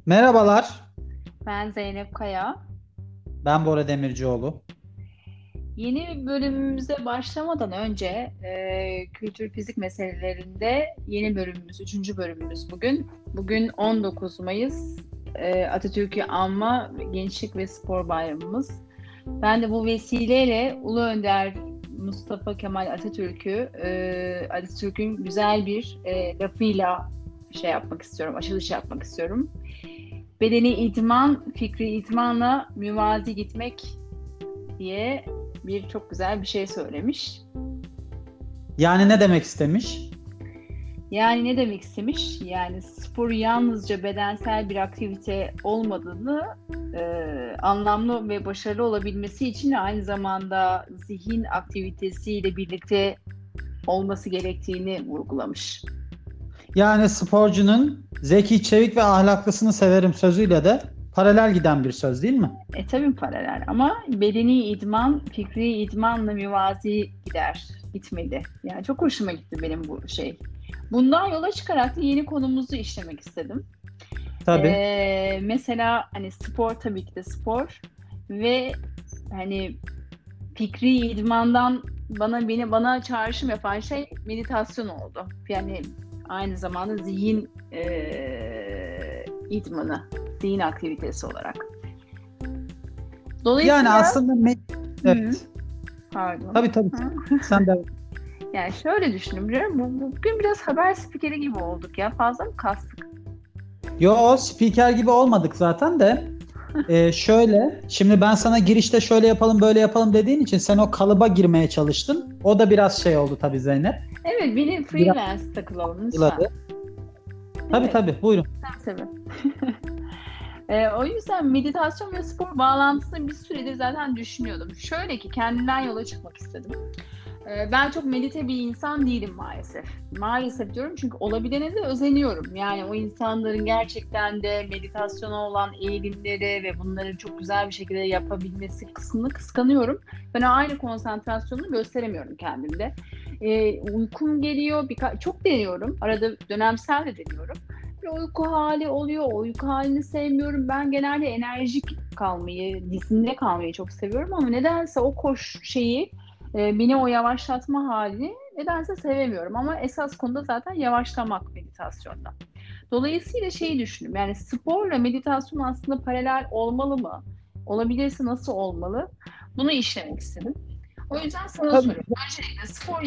Merhabalar, Ben Zeynep Kaya. ben Bora Demircioğlu. Yeni bölümümüze başlamadan önce kültür fizik meselelerinde yeni bölümümüz, üçüncü bölümümüz bugün. Bugün 19 Mayıs, Atatürk'ü anma Gençlik ve Spor Bayramımız. Ben de bu vesileyle Ulu Önder Mustafa Kemal Atatürk'ü, Atatürk'ün güzel bir lafıyla şey yapmak istiyorum, açılış yapmak istiyorum. Bedeni idman, fikri idmanla müvazi gitmek diye bir çok güzel bir şey söylemiş. Yani ne demek istemiş? Yani ne demek istemiş? Yani spor yalnızca bedensel bir aktivite olmadığını, anlamlı ve başarılı olabilmesi için aynı zamanda zihin aktivitesiyle birlikte olması gerektiğini vurgulamış. Yani sporcunun zeki, çevik ve ahlaklısını severim sözüyle de paralel giden bir söz değil mi? Tabii paralel ama bedeni idman, fikri idmanla müvazi gitmeli. Yani çok hoşuma gitti benim bu şey. Bundan yola çıkarak da yeni konumuzu işlemek istedim. Tabii. Mesela hani spor tabii ki de spor ve hani fikri idmandan bana çağrışım yapan şey meditasyon oldu. Yani aynı zamanda zihin idmanı, zihin aktivitesi olarak. Yani Dolayısıyla aslında hı, evet. pardon. Tabii. Hı. Sen de Yani şöyle düşünüyorum. Bugün biraz haber spikeri gibi olduk ya. Fazla mı kastık? yo spiker gibi olmadık zaten de. Şöyle, şimdi ben sana girişte şöyle yapalım böyle yapalım dediğin için sen o kalıba girmeye çalıştın. O da biraz şey oldu tabii Zeynep. Evet, beni Biraz freelance takılalım lütfen. yıladı. Tabii Evet, buyurun. tabii. O yüzden meditasyon ve spor bağlantısını bir süredir zaten düşünüyordum. Şöyle ki kendimden yola çıkmak istedim. Ben çok medite bir insan değilim maalesef. Maalesef diyorum çünkü olabilene de özeniyorum. Yani o insanların gerçekten de meditasyona olan eğilimleri ve bunları çok güzel bir şekilde yapabilmesi kısmını kıskanıyorum. Ben aynı konsantrasyonu gösteremiyorum kendimde. Uykum geliyor, çok deniyorum. Arada dönemsel de deniyorum. Bir uyku hali oluyor. O uyku halini sevmiyorum. Ben genelde enerjik kalmayı, dizinde kalmayı çok seviyorum ama nedense o beni o yavaşlatma halini nedense sevemiyorum. Ama esas konuda zaten yavaşlamak meditasyonda. Dolayısıyla şeyi düşündüm. Yani sporla meditasyon aslında paralel olmalı mı? Olabilirse nasıl olmalı? Bunu işlemek istedim. O yüzden sana Tabii. soruyorum. Öncelikle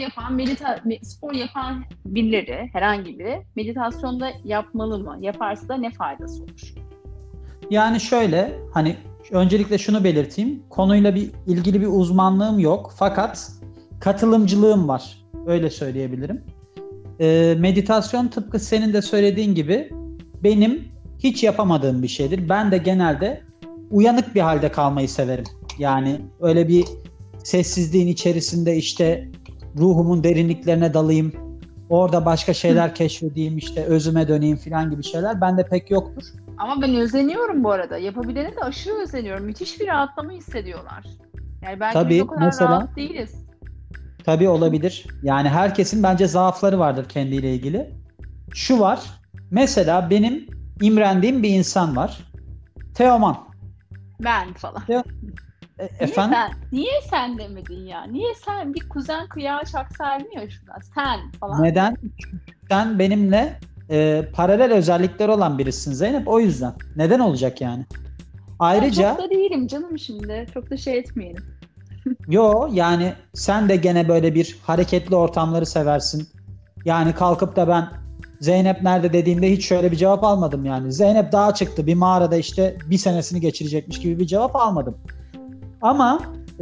spor yapan birileri, herhangi biri meditasyonda yapmalı mı? Yaparsa da ne faydası olur? Yani şöyle hani öncelikle şunu belirteyim. Konuyla ilgili bir uzmanlığım yok. Fakat katılımcılığım var. Öyle söyleyebilirim. Meditasyon tıpkı senin de söylediğin gibi benim hiç yapamadığım bir şeydir. Ben de genelde uyanık bir halde kalmayı severim. Yani öyle bir sessizliğin içerisinde işte ruhumun derinliklerine dalayım. Orada başka şeyler keşfedeyim, işte özüme döneyim falan gibi şeyler bende pek yoktur. Ama ben özeniyorum bu arada. Yapabilene de aşırı özeniyorum. Müthiş bir rahatlama hissediyorlar. Yani belki biz o Tabii kadar mesela rahat değiliz. tabii olabilir. Yani herkesin bence zaafları vardır kendiyle ilgili. Şu var. Mesela benim imrendiğim bir insan var. Teoman. Ben falan. Teo- Niye efendim? sen? Niye sen demedin ya? Niye sen bir kuzen kıyağı çaksaydın ya şuradan? Sen falan diye. Neden? Sen benimle paralel özellikleri olan birisin Zeynep. O yüzden. Neden olacak yani? Ya çok Ayrıca da değilim canım şimdi. Çok da şey etmeyelim. yo yani sen de gene böyle bir hareketli ortamları seversin. Yani kalkıp da ben Zeynep nerede dediğimde hiç şöyle bir cevap almadım yani. Zeynep dağa çıktı bir mağarada işte bir senesini geçirecekmiş gibi bir cevap almadım. Ama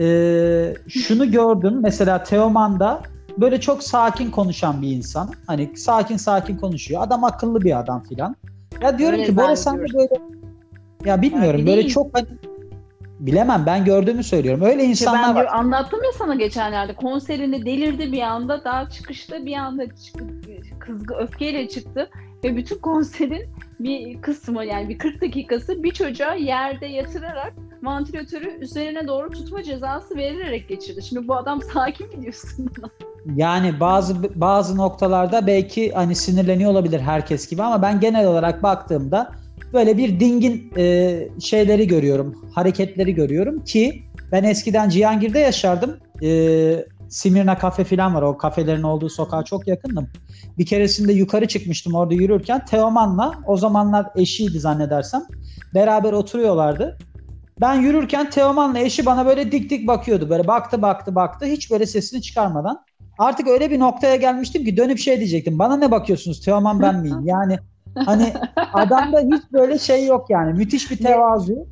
şunu gördüm mesela Teoman'da böyle çok sakin konuşan bir insan. Hani sakin sakin konuşuyor. Adam akıllı bir adam filan. Ya diyorum Öyle ki Bora sen de zannediyorsun. böyle ya Öyle bilmiyorum böyle değil. çok hani bilemem ben gördüğümü söylüyorum. Öyle İşte insanlar var. anlattım ya sana geçenlerde. Konserinde delirdi bir anda. Daha çıkışta bir anda çıktı. Öfkeyle çıktı. Ve bütün konserin bir kısmı yani bir 40 dakikası bir çocuğa yerde yatırarak vantilatörü üzerine doğru tutma cezası verilerek geçirdi. Şimdi bu adam sakin mi diyorsun bana? Yani bazı noktalarda belki hani sinirleniyor olabilir herkes gibi ama ben genel olarak baktığımda böyle bir dingin şeyleri görüyorum, hareketleri görüyorum ki ben eskiden Cihangir'de yaşardım. Simirna kafe falan var. O kafelerin olduğu sokağa çok yakındım. Bir keresinde yukarı çıkmıştım orada yürürken. Teoman'la, o zamanlar eşiydi zannedersem, beraber oturuyorlardı. Ben yürürken Teoman'la eşi bana böyle dik dik bakıyordu. Böyle baktı baktı baktı. Hiç böyle sesini çıkarmadan. Artık öyle bir noktaya gelmiştim ki dönüp şey diyecektim. Bana ne bakıyorsunuz? Teoman ben miyim? Yani hani adamda hiç böyle şey yok yani. Müthiş bir tevazu.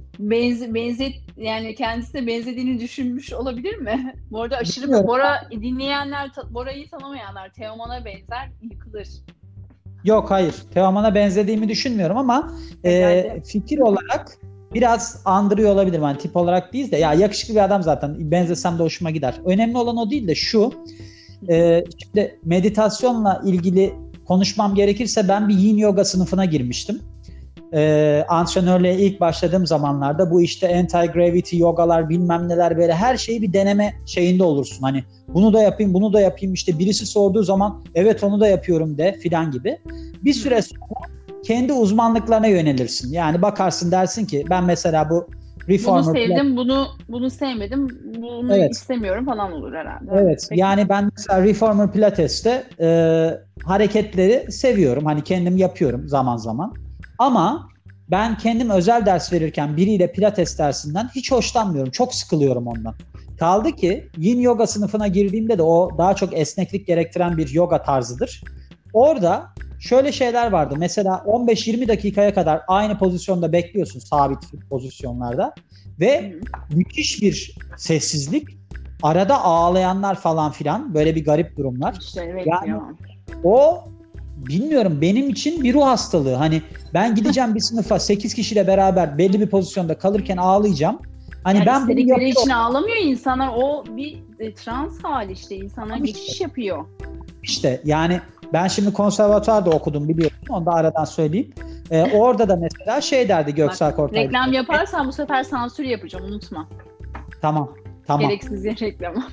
Yani kendisine benzediğini düşünmüş olabilir mi? Bu arada aşırı Bilmiyorum. dinleyenler, Bora'yı tanımayanlar Teoman'a benzer, yıkılır. Yok, hayır. Teoman'a benzediğimi düşünmüyorum ama fikir olarak biraz andırıyor olabilirim. Hani tip olarak değil de, ya yakışıklı bir adam zaten. Benzesem de hoşuma gider. Önemli olan o değil de şu. Şimdi meditasyonla ilgili konuşmam gerekirse ben bir Yin Yoga sınıfına girmiştim. Antrenörlüğe ilk başladığım zamanlarda bu işte anti-gravity yogalar bilmem neler, böyle her şeyi bir deneme şeyinde olursun. Hani bunu da yapayım, bunu da yapayım, işte birisi sorduğu zaman evet onu da yapıyorum de filan gibi. Bir süre sonra kendi uzmanlıklarına yönelirsin. Yani bakarsın, dersin ki ben mesela bu Bunu reformer sevdim, bunu sevmedim, bunu evet. istemiyorum falan olur herhalde. Evet. Peki. Yani ben mesela Reformer Pilates'te hareketleri seviyorum. Hani kendim yapıyorum zaman zaman. Ama ben kendim özel ders verirken biriyle Pilates dersinden hiç hoşlanmıyorum. Çok sıkılıyorum ondan. Kaldı ki Yin Yoga sınıfına girdiğimde de o daha çok esneklik gerektiren bir yoga tarzıdır. Orada şöyle şeyler vardı. Mesela 15-20 dakikaya kadar aynı pozisyonda bekliyorsun, sabit pozisyonlarda ve müthiş bir sessizlik. Arada ağlayanlar falan filan, böyle bir garip durumlar. İşte evet Yani ya. o, bilmiyorum, benim için bir ruh hastalığı. Hani ben gideceğim bir sınıfa 8 kişiyle beraber belli bir pozisyonda kalırken ağlayacağım. Hani Yani ben bunu istedikleri yapıyorum için ağlamıyor insanlar. O bir trans hali işte. İnsanlar geçiş yapıyor. işte. Yani ben şimdi konservatuvarda okudum, biliyorsun. Onu da aradan söyleyeyim. Orada da mesela şey derdi Göksel Kortay. Reklam yaparsan bu sefer sansür yapacağım, unutma. Tamam. Gereksiz yer reklamı.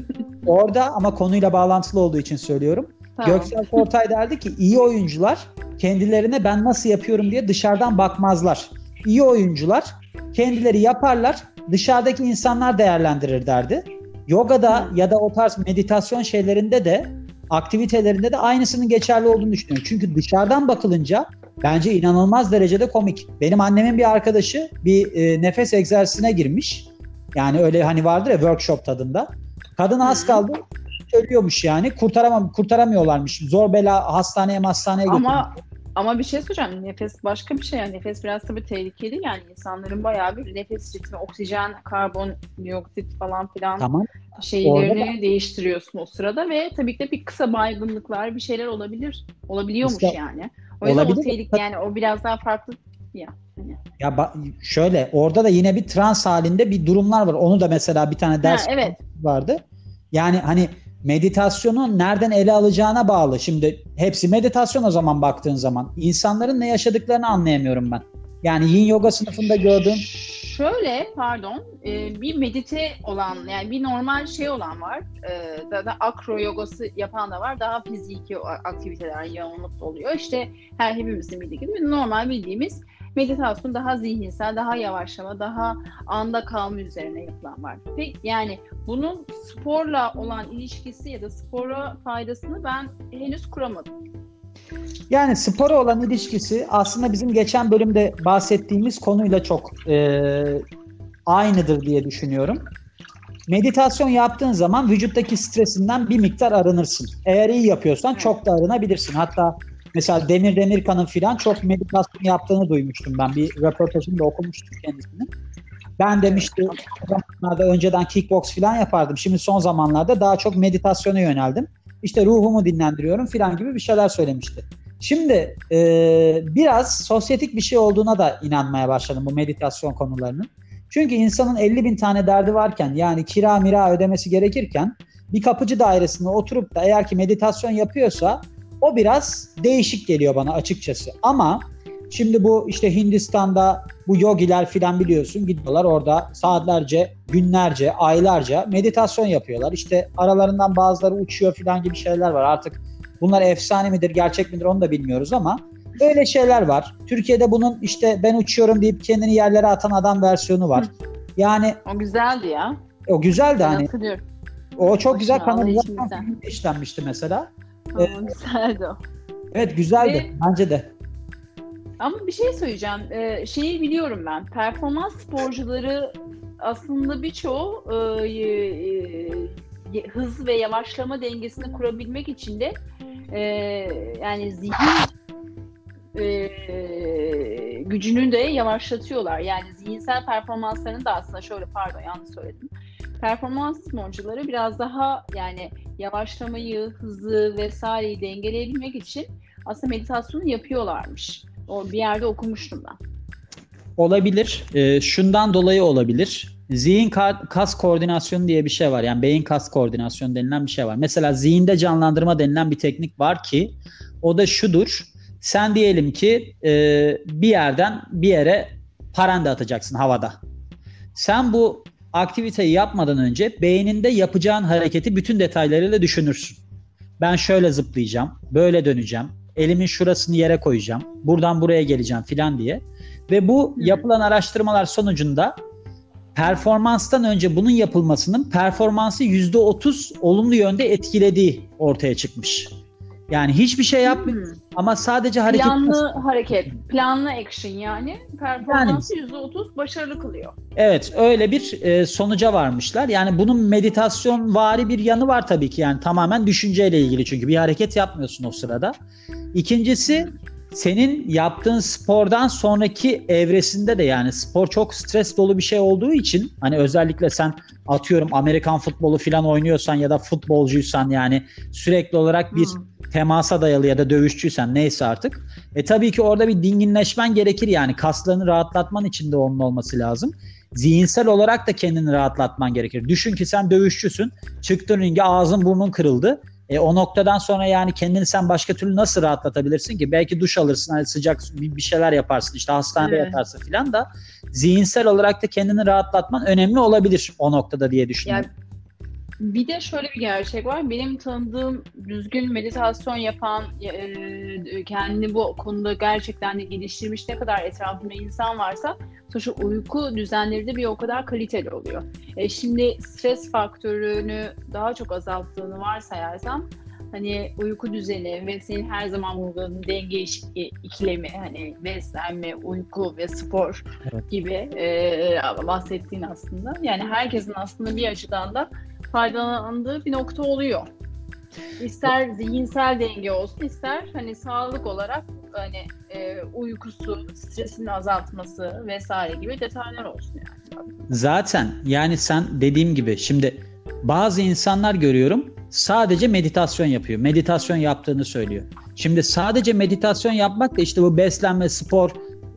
Orada ama konuyla bağlantılı olduğu için söylüyorum. Tamam. Göksel Kortay derdi ki iyi oyuncular kendilerine ben nasıl yapıyorum diye dışarıdan bakmazlar. İyi oyuncular kendileri yaparlar, dışarıdaki insanlar değerlendirir derdi. Yogada ya da o tarz meditasyon şeylerinde de, aktivitelerinde de aynısının geçerli olduğunu düşünüyorum. Çünkü dışarıdan bakılınca bence inanılmaz derecede komik. Benim annemin bir arkadaşı bir nefes egzersizine girmiş. Yani öyle hani vardır ya, workshop tadında. Kadın az kaldı ölüyormuş yani. Kurtaramıyorlarmış. Zor bela hastaneye götürmüş. Ama bir şey söyleyeceğim. Nefes başka bir şey. Yani nefes biraz tabii tehlikeli. Yani insanların bayağı bir nefes ritmi, oksijen, karbondioksit falan filan Tamam. şeylerini değiştiriyorsun o sırada ve tabii ki de bir kısa baygınlıklar, bir şeyler olabiliyormuş İşte, yani. O yüzden olabilir. o tehlike, yani o biraz daha farklı ya. Hani. Ya şöyle, orada da yine bir trans halinde bir durumlar var. Onu da mesela bir tane ders Evet. vardı. Yani hani meditasyonu nereden ele alacağına bağlı. Şimdi hepsi meditasyon o zaman baktığın zaman. İnsanların ne yaşadıklarını anlayamıyorum ben. Yani Yin Yoga sınıfında gördüğüm... Şöyle, pardon, bir medite olan, yani bir normal şey olan var. Da akro yogası yapan da var. Daha fiziki aktiviteler yoğunlukta oluyor. İşte hepimizin bildiği gibi normal bildiğimiz meditasyon daha zihinsel, daha yavaşlama, daha anda kalma üzerine yapılan var. Peki, yani bunun sporla olan ilişkisi ya da spora faydasını ben henüz kuramadım. Yani spora olan ilişkisi aslında bizim geçen bölümde bahsettiğimiz konuyla çok aynıdır diye düşünüyorum. Meditasyon yaptığın zaman vücuttaki stresinden bir miktar arınırsın. Eğer iyi yapıyorsan çok da arınabilirsin. Hatta mesela Demir Demirkan'ın filan çok meditasyon yaptığını duymuştum ben. Bir röportajında okumuştum kendisini. Ben demişti, önceden kickbox filan yapardım. Şimdi son zamanlarda daha çok meditasyona yöneldim. İşte ruhumu dinlendiriyorum filan gibi bir şeyler söylemişti. Şimdi biraz sosyetik bir şey olduğuna da inanmaya başladım bu meditasyon konularının. Çünkü insanın 50.000 tane derdi varken, yani kira mira ödemesi gerekirken, bir kapıcı dairesinde oturup da eğer ki meditasyon yapıyorsa o biraz değişik geliyor bana açıkçası. Ama şimdi bu işte Hindistan'da bu yogiler filan biliyorsun, gidiyorlar orada saatlerce, günlerce, aylarca meditasyon yapıyorlar. İşte aralarından bazıları uçuyor filan gibi şeyler var. Artık bunlar efsane midir, gerçek midir onu da bilmiyoruz ama Öyle şeyler var. Türkiye'de bunun işte ben uçuyorum deyip kendini yerlere atan adam versiyonu var. Yani O güzeldi ya. o güzel de Ben hani hatırlıyorum. o çok güzel Başına Allah kanalizasyon içimizden. filminde işlenmişti mesela. Ama güzeldi o. Evet güzeldi Ve bence de. ama bir şey söyleyeceğim. Şeyi biliyorum ben. Performans sporcuları aslında birçoğu hız ve yavaşlama dengesini kurabilmek için de yani zihin gücünü de yavaşlatıyorlar. Yani zihinsel performanslarını da aslında şöyle, pardon yanlış söyledim. Performans sporcuları biraz daha yani yavaşlamayı, hızı vesaireyi dengeleyebilmek için aslında meditasyonu yapıyorlarmış. O bir yerde okumuştum ben. Olabilir. Şundan dolayı olabilir. Zihin kas koordinasyonu diye bir şey var. Yani beyin kas koordinasyonu denilen bir şey var. Mesela zihinde canlandırma denilen bir teknik var ki o da şudur. Sen diyelim ki bir yerden bir yere paranda atacaksın havada. Sen bu aktiviteyi yapmadan önce beyninde yapacağın hareketi bütün detaylarıyla düşünürsün. Ben şöyle zıplayacağım, böyle döneceğim, elimin şurasını yere koyacağım, buradan buraya geleceğim filan diye. Ve bu yapılan araştırmalar sonucunda performanstan önce bunun yapılmasının performansı %30 olumlu yönde etkilediği ortaya çıkmış. Yani hiçbir şey yapmıyor ama sadece hareket. Planlı hareket, planlı action yani performansı %30 başarılı kılıyor. Evet, öyle bir sonuca varmışlar. Yani bunun meditasyonvari bir yanı var tabii ki. Yani tamamen düşünceyle ilgili çünkü bir hareket yapmıyorsun o sırada. İkincisi senin yaptığın spordan sonraki evresinde de yani spor çok stres dolu bir şey olduğu için hani özellikle sen atıyorum Amerikan futbolu falan oynuyorsan ya da futbolcuysan yani sürekli olarak bir temasa dayalı ya da dövüşçüysen neyse artık. Tabii ki orada bir dinginleşmen gerekir yani kaslarını rahatlatman için de onun olması lazım. Zihinsel olarak da kendini rahatlatman gerekir. Düşün ki sen dövüşçüsün. Çıktın ringe ağzın burnun kırıldı. O noktadan sonra yani kendini sen başka türlü nasıl rahatlatabilirsin ki? Belki duş alırsın, hani sıcak bir şeyler yaparsın, işte hastanede yatarsın filan da zihinsel olarak da kendini rahatlatman önemli olabilir o noktada diye düşünüyorum. Yani bir de şöyle bir gerçek var. Benim tanıdığım düzgün meditasyon yapan, kendini bu konuda gerçekten de geliştirmiş ne kadar etrafında insan varsa sonuçta uyku düzenleri de bir o kadar kaliteli oluyor. Şimdi stres faktörünü daha çok azalttığını varsayarsam hani uyku düzeni ve senin her zaman vurguladığın denge ikilemi hani beslenme, uyku ve spor gibi bahsettiğin aslında. Yani herkesin aslında bir açıdan da faydalandığı bir nokta oluyor. İster zihinsel denge olsun, ister hani sağlık olarak hani uykusu, stresini azaltması vesaire gibi detaylar olsun yani. Zaten yani sen dediğim gibi şimdi bazı insanlar görüyorum sadece meditasyon yapıyor. Meditasyon yaptığını söylüyor. Şimdi sadece meditasyon yapmak da işte bu beslenme, spor,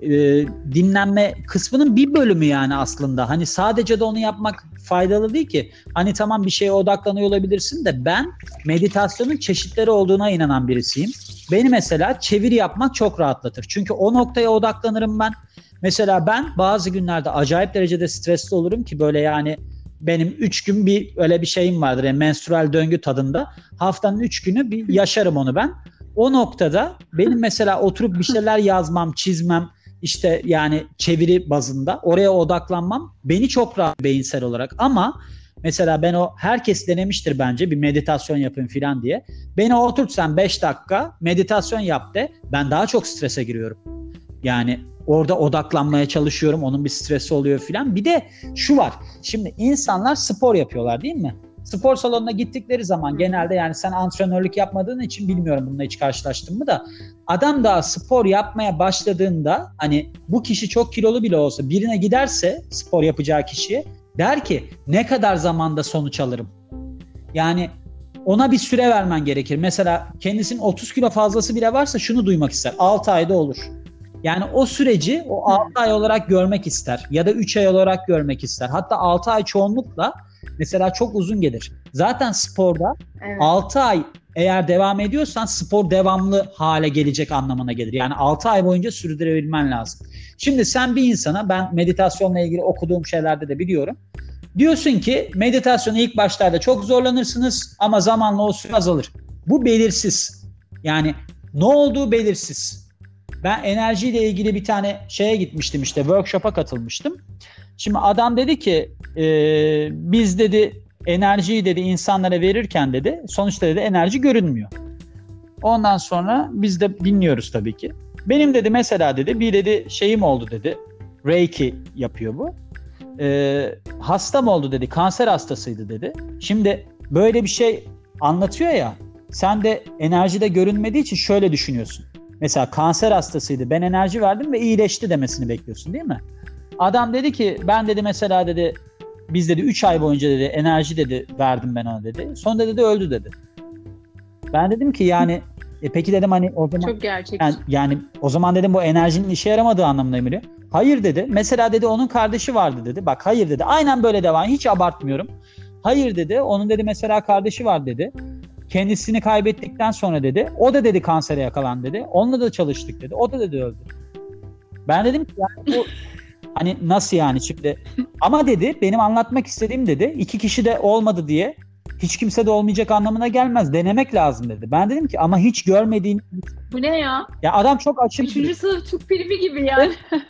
dinlenme kısmının bir bölümü yani aslında. Hani sadece de onu yapmak faydalı değil ki. Hani tamam bir şeye odaklanıyor olabilirsin de ben meditasyonun çeşitleri olduğuna inanan birisiyim. Beni mesela çeviri yapmak çok rahatlatır. Çünkü o noktaya odaklanırım ben. Mesela ben bazı günlerde acayip derecede stresli olurum ki böyle yani benim 3 gün bir öyle bir şeyim vardır. Yani menstrual döngü tadında. Haftanın 3 günü bir yaşarım onu ben. O noktada benim mesela oturup bir şeyler yazmam, çizmem, işte yani çeviri bazında oraya odaklanmam beni çok rahat beyinsel olarak. Ama mesela ben herkes denemiştir bence bir meditasyon yapın falan diye. Beni oturtsan 5 dakika meditasyon yap de ben daha çok strese giriyorum. Yani orada odaklanmaya çalışıyorum. Onun bir stresi oluyor filan. Bir de şu var. Şimdi insanlar spor yapıyorlar değil mi? Spor salonuna gittikleri zaman genelde yani sen antrenörlük yapmadığın için bilmiyorum bununla hiç karşılaştın mı da adam daha spor yapmaya başladığında hani bu kişi çok kilolu bile olsa birine giderse spor yapacağı kişiye der ki ne kadar zamanda sonuç alırım? Yani ona bir süre vermen gerekir. Mesela kendisinin 30 kilo fazlası bile varsa şunu duymak ister. 6 ayda olur. Yani o süreci o 6 ay olarak görmek ister ya da 3 ay olarak görmek ister. Hatta 6 ay çoğunlukla mesela çok uzun gelir. Zaten sporda 6 ay eğer devam ediyorsan spor devamlı hale gelecek anlamına gelir. Yani 6 ay boyunca sürdürebilmen lazım. Şimdi sen bir insana ben meditasyonla ilgili okuduğum şeylerde de biliyorum. Diyorsun ki meditasyonu ilk başlarda çok zorlanırsınız ama zamanla o süre azalır. Bu belirsiz. Yani ne olduğu belirsiz. Ben enerjiyle ilgili bir tane şeye gitmiştim, işte workshop'a katılmıştım. Şimdi adam dedi ki biz dedi enerjiyi dedi insanlara verirken dedi sonuçta dedi enerji görünmüyor. Ondan sonra biz de dinliyoruz tabii ki. Benim dedi mesela dedi bir dedi şeyim oldu dedi. Reiki yapıyor bu. Hastam oldu dedi. Kanser hastasıydı dedi. Şimdi böyle bir şey anlatıyor ya. Sen de enerjide görünmediği için şöyle düşünüyorsun. Mesela kanser hastasıydı. Ben enerji verdim ve iyileşti demesini bekliyorsun değil mi? Adam dedi ki ben dedi mesela dedi biz dedi 3 ay boyunca dedi enerji dedi verdim ben ona dedi. Sonra dedi öldü dedi. Ben dedim ki yani peki dedim hani o zaman Çok gerçekçi. yani o zaman dedim bu enerjinin işe yaramadığı anlamına mı geliyor? Hayır dedi. Mesela dedi onun kardeşi vardı dedi. Bak hayır dedi. Aynen böyle devam. Hiç abartmıyorum. Hayır dedi. Onun dedi mesela kardeşi var dedi. Kendisini kaybettikten sonra dedi. O da dedi kansere yakalandı dedi. Onunla da çalıştık dedi. O da dedi öldü. Ben dedim ki yani bu hani nasıl yani şimdi? Ama dedi benim anlatmak istediğim dedi 2 kişi de olmadı diye hiç kimse de olmayacak anlamına gelmez. Denemek lazım dedi. Ben dedim ki ama hiç görmediğin... Bu ne ya? Ya adam çok açık. 3. sınıf Türk filmi gibi yani.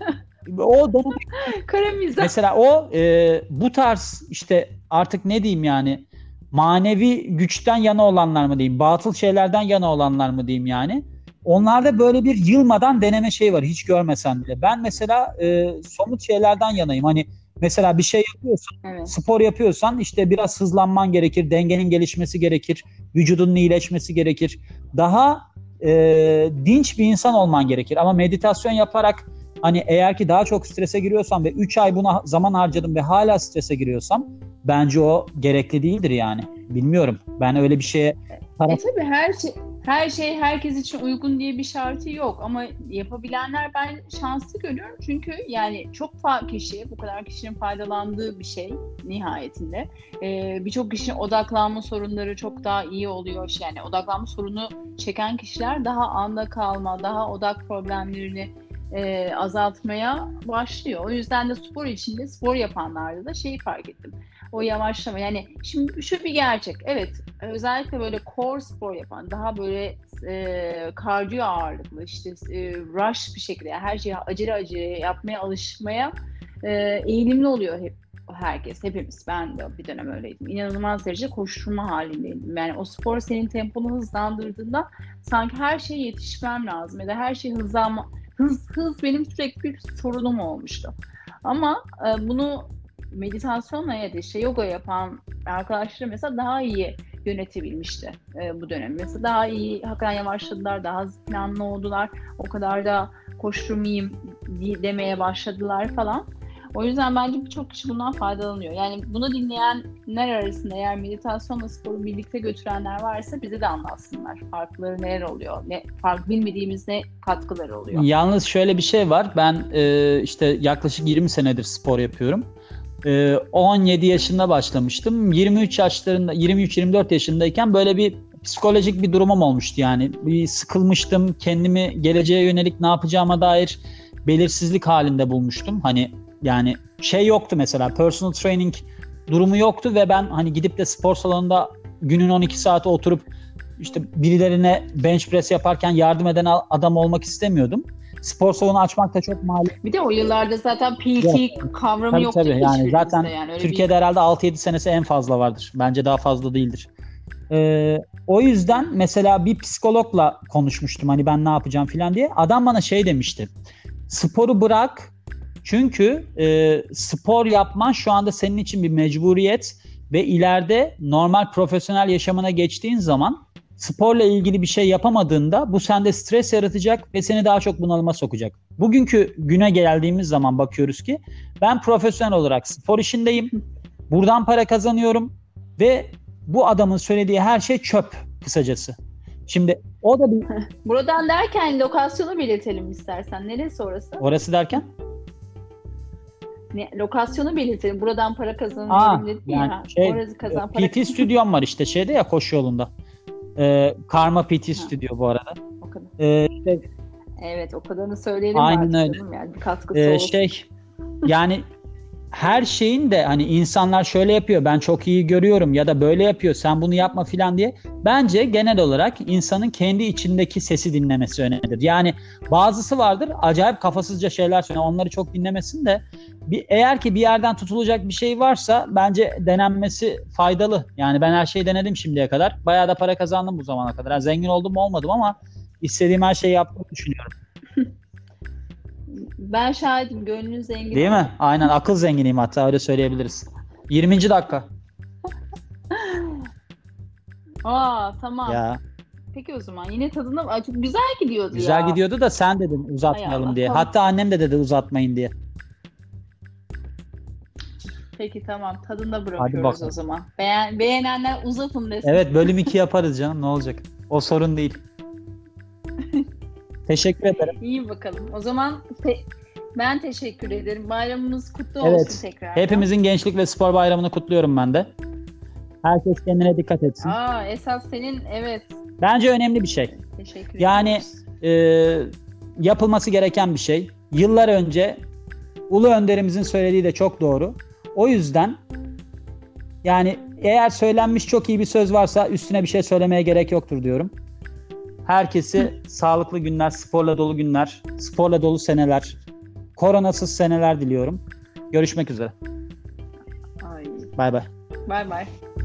O denemek... Kara mizah. Mesela o bu tarz işte artık ne diyeyim yani manevi güçten yana olanlar mı diyeyim, batıl şeylerden yana olanlar mı diyeyim yani. Onlarda böyle bir yılmadan deneme şey var hiç görmesen bile. Ben mesela somut şeylerden yanayım. Hani mesela bir şey yapıyorsan, Evet. spor yapıyorsan işte biraz hızlanman gerekir, dengenin gelişmesi gerekir, vücudunun iyileşmesi gerekir. Daha dinç bir insan olman gerekir. Ama meditasyon yaparak hani eğer ki daha çok strese giriyorsam ve 3 ay buna zaman harcadım ve hala strese giriyorsam bence o gerekli değildir yani. Bilmiyorum. Ben öyle bir şeye Tabii her şey herkes için uygun diye bir şartı yok ama yapabilenler ben şanslı görüyorum çünkü yani çok kişi bu kadar kişinin faydalandığı bir şey nihayetinde birçok kişinin odaklanma sorunları çok daha iyi oluyor yani odaklanma sorunu çeken kişiler daha anda kalma daha odak problemlerini azaltmaya başlıyor. O yüzden de spor içinde spor yapanlarda da şeyi fark ettim. O yavaşlama yani şimdi şu bir gerçek. Evet özellikle böyle core spor yapan daha böyle kardiyo ağırlıklı işte rush bir şekilde yani her şeyi acele yapmaya alışmaya eğilimli oluyor herkes. Hepimiz. Ben de bir dönem öyleydim. İnanılmaz derece koşturma halindeydim. Yani o spor senin temponu hızlandırdığında sanki her şeye yetişmem lazım ya da her şey hız benim sürekli bir sorunum olmuştu. Ama bunu meditasyonla ya da işte yoga yapan arkadaşlar mesela daha iyi yönetebilmişti bu dönem. Mesela daha iyi hakikaten yavaşladılar, daha planlı oldular. O kadar da koşturmayayım demeye başladılar falan. O yüzden bence birçok kişi bundan faydalanıyor. Yani bunu dinleyenler arasında eğer meditasyonla sporu birlikte götürenler varsa bize de anlatsınlar. Farkları neler oluyor? Ne fark bilmediğimiz ne katkıları oluyor? Yalnız şöyle bir şey var. Ben işte yaklaşık 20 senedir spor yapıyorum. 17 yaşında başlamıştım. 23-24 yaşındayken böyle bir psikolojik bir durumum olmuştu yani. Bir sıkılmıştım. Kendimi geleceğe yönelik ne yapacağıma dair belirsizlik halinde bulmuştum. Hani yani şey yoktu mesela personal training durumu yoktu ve ben hani gidip de spor salonunda günün 12 saati oturup işte birilerine bench press yaparken yardım eden adam olmak istemiyordum. Spor salonu açmak da çok maliyetli. Bir de o yıllarda zaten PT kavramı yoktu tabii. Yani zaten yani. Türkiye'de herhalde 6-7 senesi en fazla vardır. Bence daha fazla değildir. O yüzden mesela bir psikologla konuşmuştum hani ben ne yapacağım falan diye. Adam bana şey demişti. Sporu bırak çünkü spor yapman şu anda senin için bir mecburiyet ve ileride normal profesyonel yaşamına geçtiğin zaman sporla ilgili bir şey yapamadığında bu sende stres yaratacak ve seni daha çok bunalıma sokacak. Bugünkü güne geldiğimiz zaman bakıyoruz ki ben profesyonel olarak spor işindeyim. Buradan para kazanıyorum ve bu adamın söylediği her şey çöp kısacası. Şimdi o da bir... Buradan derken lokasyonu belirtelim istersen. Neresi orası? Orası derken? Lokasyonu belirtelim. Buradan para kazanıyorum dedi yani ya. Orası kazan para. PT stüdyom var işte şeyde ya koşu yolunda. Karma PT stüdyo bu arada. O kadar. İşte, evet o kadarını söyleyelim aynen artık öyle. Yani bir katkısı olsun. Yani her şeyin de hani insanlar şöyle yapıyor, ben çok iyi görüyorum ya da böyle yapıyor, sen bunu yapma filan diye. Bence genel olarak insanın kendi içindeki sesi dinlemesi önemlidir. Yani bazısı vardır acayip kafasızca şeyler söylüyor. Onları çok dinlemesin de eğer ki bir yerden tutulacak bir şey varsa bence denenmesi faydalı. Yani ben her şeyi denedim şimdiye kadar. Bayağı da para kazandım bu zamana kadar. Yani zengin oldum mu olmadım ama istediğim her şeyi yaptığımı düşünüyorum. Ben şahidim. Gönlün zengin Değil mi? oldu. Aynen, akıl zenginiyim hatta, öyle söyleyebiliriz. 20. dakika. Aa, tamam. Ya Peki o zaman yine tadına çok güzel gidiyordu güzel ya. gidiyordu da sen dedin Hay Allah. uzatmayalım diye. Tamam. Hatta annem de dedi uzatmayın diye. Peki tamam. Tadında Hadi bırakıyoruz o bakalım. zaman. Beğenenler uzatın desin. Evet, bölüm 2 yaparız canım, ne olacak? O sorun değil. Teşekkür ederim. İyi bakalım. O zaman ben teşekkür ederim. Bayramımız kutlu olsun Evet. tekrardan. Hepimizin Gençlik ve Spor Bayramı'nı kutluyorum ben de. Herkes kendine dikkat etsin. Esas senin, evet. Bence önemli bir şey. Teşekkür Yani ediyoruz. yapılması gereken bir şey. Yıllar önce Ulu Önderimizin söylediği de çok doğru. O yüzden yani eğer söylenmiş çok iyi bir söz varsa üstüne bir şey söylemeye gerek yoktur diyorum. Herkese sağlıklı günler, sporla dolu günler, sporla dolu seneler, koronasız seneler diliyorum. Görüşmek üzere. Ay. Bay bay. Bay bay.